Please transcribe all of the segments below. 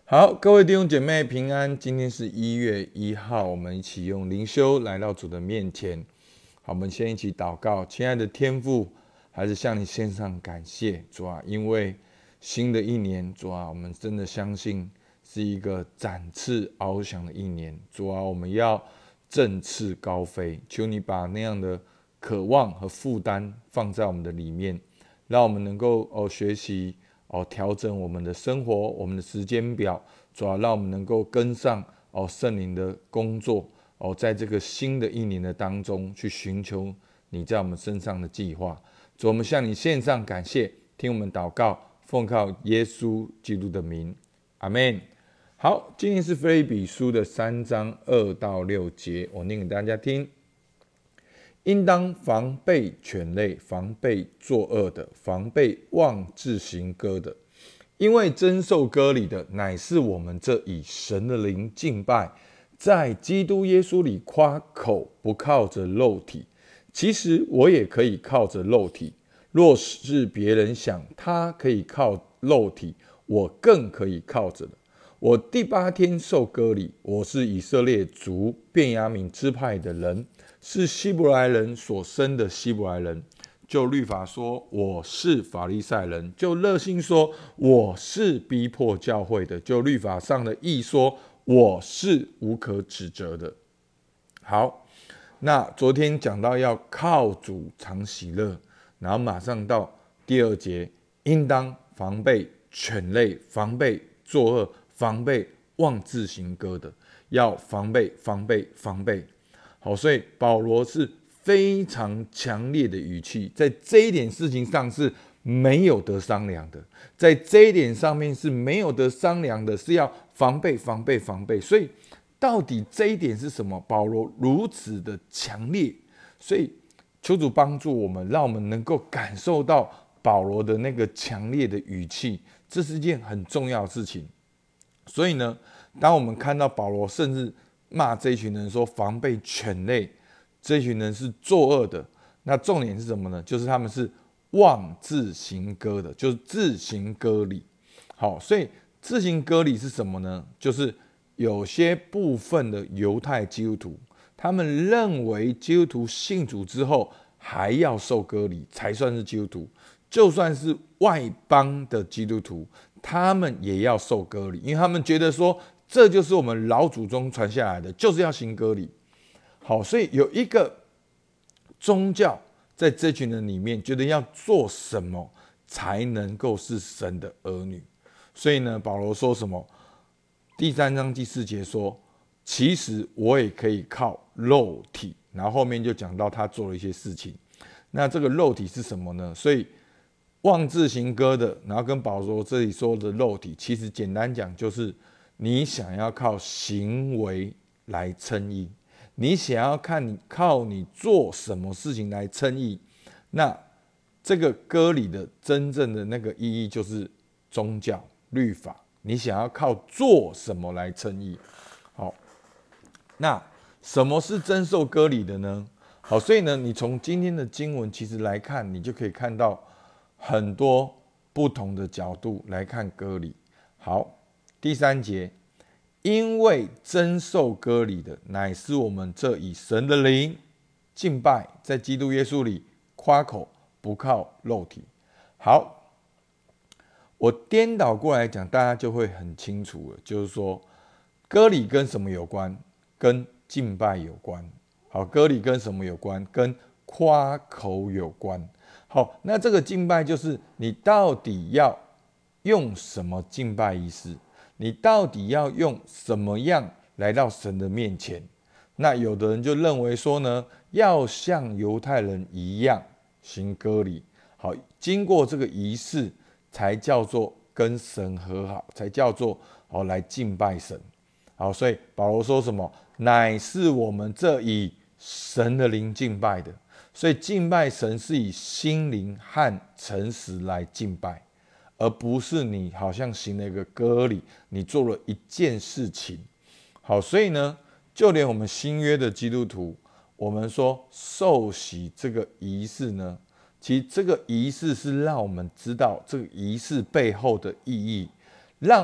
好，各位弟兄姐妹平安。今天是1月1号，我们一起用灵修来到主的面前。好，我们先一起祷告。亲爱的天父，还是向你献上感谢，主啊，因为新的一年，主啊，我们真的相信是一个展翅翱翔的一年。主啊，我们要振翅高飞，求你把那样的渴望和负担放在我们的里面，让我们能够学习调整我们的生活，我们的时间表，主要让我们能够跟上圣灵的工作在这个新的一年的当中去寻求你在我们身上的计划。主，我们向你献上感谢，听我们祷告，奉靠耶稣基督的名，阿们。好，今天是腓立比书的3章2到6节，我念给大家听。应当防备犬类，防备作恶的，防备妄自行割的。因为真受割礼的，乃是我们这以神的灵敬拜，在基督耶稣里夸口，不靠着肉体。其实我也可以靠着肉体，若是别人想他可以靠肉体，我更可以靠着的。我第8天受割礼，我是以色列族便雅悯支派的人，是希伯来人所生的希伯来人。就律法说，我是法利赛人；就热心说，我是逼迫教会的；就律法上的义说，我是无可指责的。好，那昨天讲到要靠主常喜乐，然后马上到第2节，应当防备犬类，防备作恶，防备妄自行割的，要防备，防备，防备。好，所以保罗是非常强烈的语气，在这一点事情上是没有得商量的，在这一点上面是没有得商量的，是要防备，防备，防备。所以到底这一点是什么？保罗如此的强烈，所以求主帮助我们，让我们能够感受到保罗的那个强烈的语气，这是一件很重要的事情。所以呢，当我们看到保罗甚至骂这一群人说防备犬类，这一群人是作恶的，那重点是什么呢？就是他们是妄自行割的，就是自行割礼。好，所以自行割礼是什么呢？就是有些部分的犹太基督徒，他们认为基督徒信主之后还要受割礼才算是基督徒，就算是外邦的基督徒，他们也要受割礼，因为他们觉得说这就是我们老祖宗传下来的，就是要行割礼。好，所以有一个宗教在这群人里面，觉得要做什么才能够是神的儿女。所以呢，保罗说什么？第3章第4节说，其实我也可以靠肉体，然后后面就讲到他做了一些事情。那这个肉体是什么呢？所以妄自行割的，然后跟保罗这里说的肉体，其实简单讲就是你想要靠行为来称义，你想要靠你做什么事情来称义。那这个割礼的真正的那个意义就是宗教律法，你想要靠做什么来称义。好，那什么是真受割礼的呢？好，所以呢，你从今天的经文其实来看，你就可以看到很多不同的角度来看割礼。好，第3节，因为真受割礼的，乃是我们这以神的灵敬拜，在基督耶稣里夸口，不靠肉体。好，我颠倒过来讲，大家就会很清楚了，就是说，割礼跟什么有关？跟敬拜有关。好，割礼跟什么有关？跟夸口有关。好，那这个敬拜就是你到底要用什么敬拜仪式？你到底要用什么样来到神的面前？那有的人就认为说呢，要像犹太人一样行割礼。好，经过这个仪式，才叫做跟神和好，才叫做来敬拜神。好，所以保罗说什么？乃是我们这以神的灵敬拜的。所以敬拜神是以心灵和诚实来敬拜，而不是你好像行了一个割礼，你做了一件事情。好，所以呢，就连我们新约的基督徒，我们说受洗这个仪式呢，其实这个仪式是让我们知道这个仪式背后的意义，让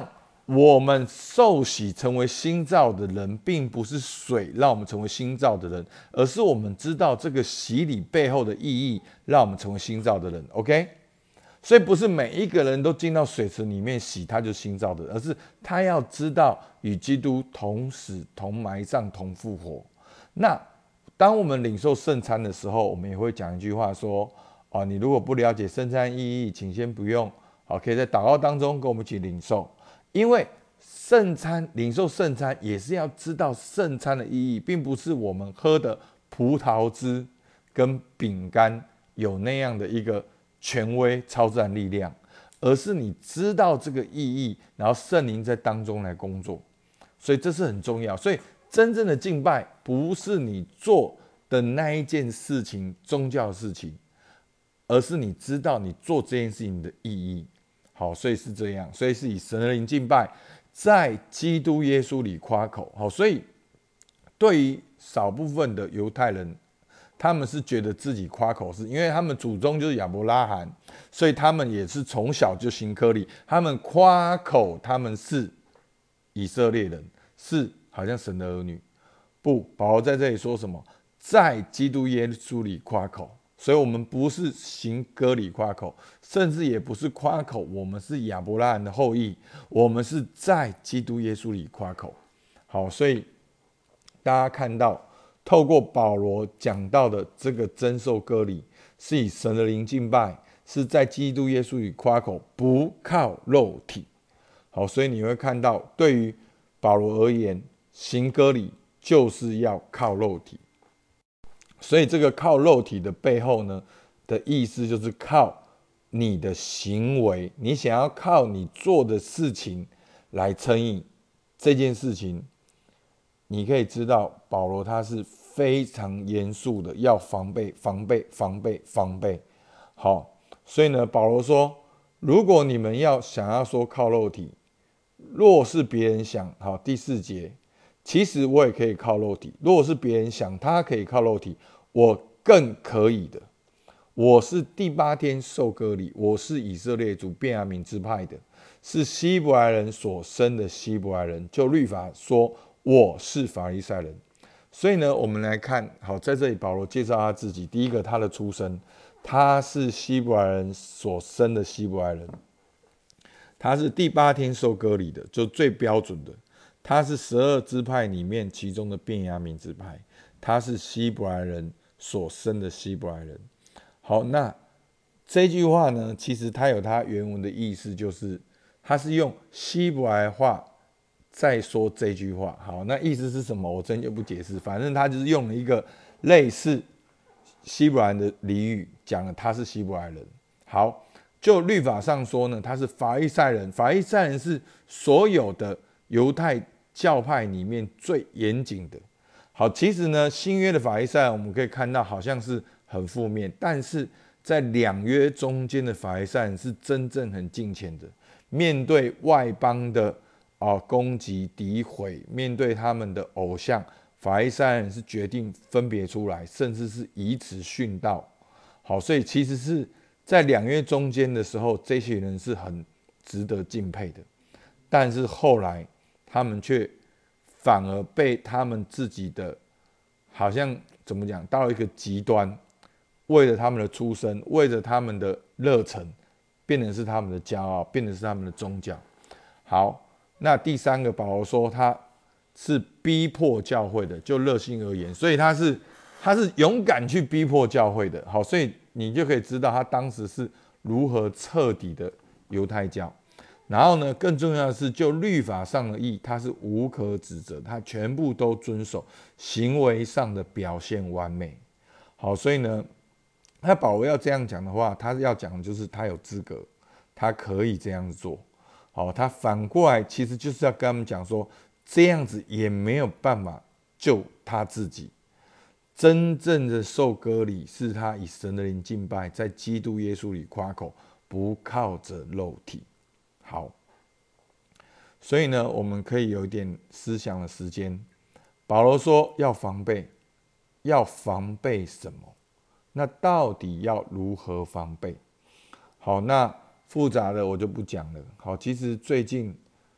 我们受洗成为新造的人，并不是水让我们成为新造的人，而是我们知道这个洗礼背后的意义，让我们成为新造的人。OK， 所以不是每一个人都进到水池里面洗，他就新造的人，而是他要知道与基督同死、同埋葬、同复活。那当我们领受圣餐的时候，我们也会讲一句话说：你如果不了解圣餐意义，请先不用，可以在祷告当中跟我们一起领受。因为圣餐领受圣餐也是要知道圣餐的意义，并不是我们喝的葡萄汁跟饼干有那样的一个权威超自然力量，而是你知道这个意义，然后圣灵在当中来工作，所以这是很重要。所以真正的敬拜不是你做的那一件事情宗教的事情，而是你知道你做这件事情的意义。好，所以是这样，所以是以神的灵敬拜，在基督耶稣里夸口。好，所以对于少部分的犹太人，他们是觉得自己夸口，是因为他们祖宗就是亚伯拉罕，所以他们也是从小就行割礼，他们夸口他们是以色列人，是好像神的儿女。不，保罗在这里说什么？在基督耶稣里夸口。所以我们不是行割礼夸口，甚至也不是夸口我们是亚伯拉罕的后裔，我们是在基督耶稣里夸口。好，所以大家看到透过保罗讲到的这个真受割礼，是以神的灵敬拜，是在基督耶稣里夸口，不靠肉体。好，所以你会看到对于保罗而言，行割礼就是要靠肉体。所以这个靠肉体的背后呢的意思，就是靠你的行为，你想要靠你做的事情来称义这件事情，你可以知道保罗他是非常严肃的，要防备、防备、防备、防备。好，所以呢，保罗说，如果你们想要说靠肉体，若是别人想，好，第4节，其实我也可以靠肉体。如果是别人想他可以靠肉体，我更可以的。我是第8天受割礼，我是以色列族便雅悯支派的，是希伯来人所生的希伯来人。就律法说，我是法利赛人。所以呢，我们来看，好，在这里保罗介绍他自己。第一个，他的出身，他是希伯来人所生的希伯来人。他是第8天受割礼的，就最标准的。他是12支派里面其中的便雅悯支派，他是希伯来人所生的希伯来人。好，那这句话呢，其实它有它原文的意思，就是他是用希伯来话在说这句话。好，那意思是什么？我真就不解释，反正他就是用了一个类似希伯来的俚语，讲了他是希伯来人。好。就律法上说呢，他是法利赛人。法利赛人是所有的犹太教派里面最严谨的。好，其实呢，新约的法利赛人我们可以看到好像是很负面，但是在两约中间的法利赛人是真正很敬虔的。面对外邦的攻击诋毁，面对他们的偶像，法利赛人是决定分别出来，甚至是以此殉道。好，所以其实是在两约中间的时候，这些人是很值得敬佩的，但是后来他们却反而被他们自己的，好像怎么讲，到了一个极端，为了他们的出身，为了他们的热忱，变成是他们的骄傲，变成是他们的宗教。好，那第3个，保罗说他是逼迫教会的，就热心而言，所以他是勇敢去逼迫教会的。好，所以你就可以知道他当时是如何彻底的犹太教。然后呢，更重要的是，就律法上的义，他是无可指责，他全部都遵守，行为上的表现完美。好，所以呢，他保罗要这样讲的话，他要讲的就是他有资格，他可以这样做。好，他反过来其实就是要跟他们讲说，这样子也没有办法救他自己。真正的受割礼是他以神的灵敬拜，在基督耶稣里夸口，不靠着肉体。好，所以呢，我们可以有一点思想的时间。保罗说要防备，要防备什么？那到底要如何防备？好，那复杂的我就不讲了。好，其实最近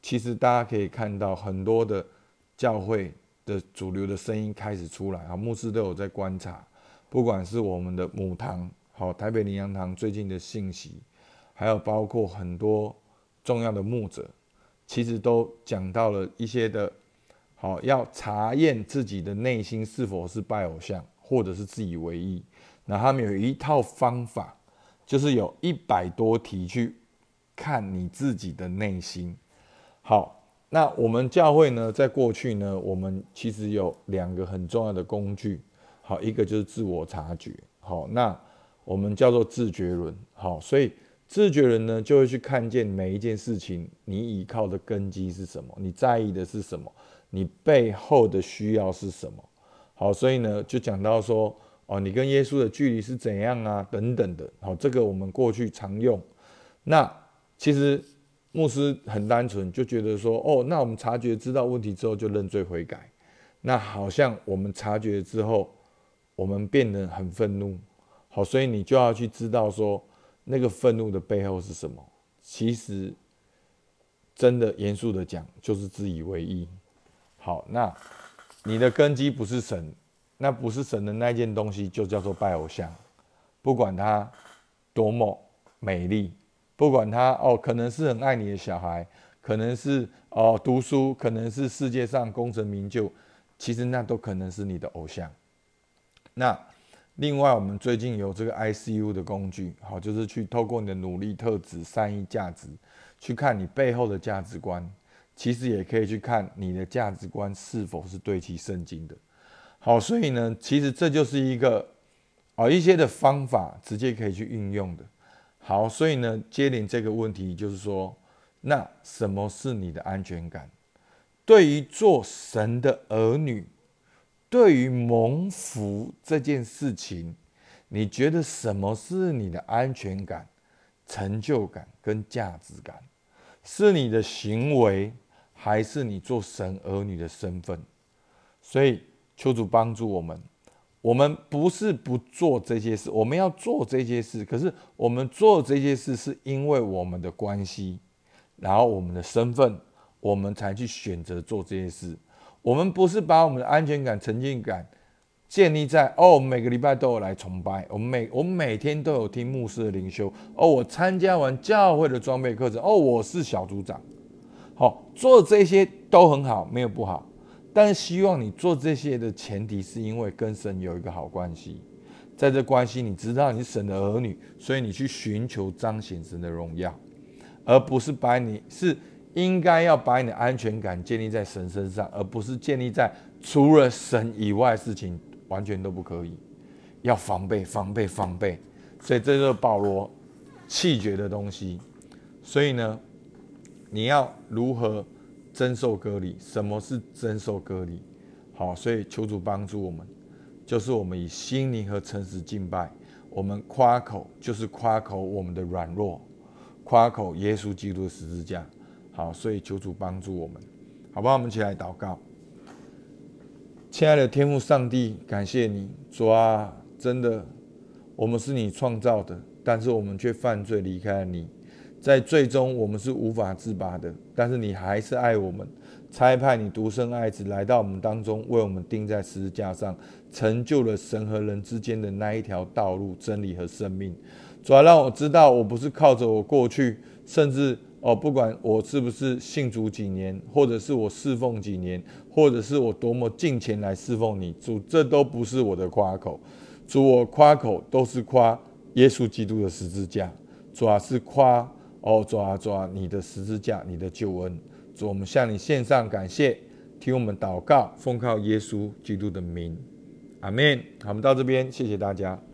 其实大家可以看到很多的教会的主流的声音开始出来，牧师都有在观察，不管是我们的母堂，台北灵粮堂最近的信息，还有包括很多重要的牧者，其实都讲到了一些的，要查验自己的内心是否是拜偶像，或者是自以为意。那他们有一套方法，就是有100多题去看你自己的内心。好，那我们教会呢，在过去呢，我们其实有2个很重要的工具。好，一个就是自我察觉。好，那我们叫做自觉轮。好，所以自觉轮呢，就会去看见每一件事情，你依靠的根基是什么，你在意的是什么，你背后的需要是什么。好，所以呢，就讲到说，你跟耶稣的距离是怎样啊，等等的。好，这个我们过去常用。那其实牧师很单纯，就觉得说，那我们察觉知道问题之后就认罪悔改。那好像我们察觉之后，我们变得很愤怒。好，所以你就要去知道说，那个愤怒的背后是什么。其实真的严肃的讲，就是自以为意。好，那你的根基不是神，那不是神的那件东西，就叫做拜偶像。不管它多么美丽，不管他可能是很爱你的小孩，可能是读书，可能是世界上功成名就，其实那都可能是你的偶像。那另外我们最近有这个 ICU 的工具，好，就是去透过你的努力特质、善意价值，去看你背后的价值观，其实也可以去看你的价值观是否是对齐圣经的。好，所以呢，其实这就是一个一些的方法，直接可以去运用的。好，所以呢，接连这个问题就是说，那什么是你的安全感？对于做神的儿女，对于蒙福这件事情，你觉得什么是你的安全感、成就感跟价值感？是你的行为，还是你做神儿女的身份？所以求主帮助我们。我们不是不做这些事，我们要做这些事。可是我们做这些事，是因为我们的关系，然后我们的身份，我们才去选择做这些事。我们不是把我们的安全感、沉浸感建立在每个礼拜都有来崇拜，我们每天都有听牧师的灵修，我参加完教会的装备课程，我是小组长。好，做这些都很好，没有不好。但希望你做这些的前提，是因为跟神有一个好关系，在这关系，你知道你是神的儿女，所以你去寻求彰显神的荣耀，而不是是应该要把你的安全感建立在神身上，而不是建立在除了神以外的事情完全都不可以，要防备。所以这就是保罗弃绝的东西。所以呢，你要如何真受割礼？什么是真受割礼？好，所以求主帮助我们，就是我们以心灵和诚实敬拜。我们夸口就是夸口我们的软弱，夸口耶稣基督的十字架。好，所以求主帮助我们，好不好？我们一起来祷告。亲爱的天父上帝，感谢你，主啊，真的，我们是你创造的，但是我们却犯罪离开了你。在最终我们是无法自拔的，但是你还是爱我们，差派你独生爱子来到我们当中，为我们钉在十字架上，成就了神和人之间的那一条道路、真理和生命。主要让我知道，我不是靠着我过去，甚至不管我是不是信主几年，或者是我侍奉几年，或者是我多么敬虔来侍奉你，主，这都不是我的夸口。主，我夸口都是夸耶稣基督的十字架。主啊，是夸主啊，你的十字架，你的救恩。主，我们向你献上感谢，听我们祷告，奉靠耶稣基督的名，阿们。好，我们到这边，谢谢大家。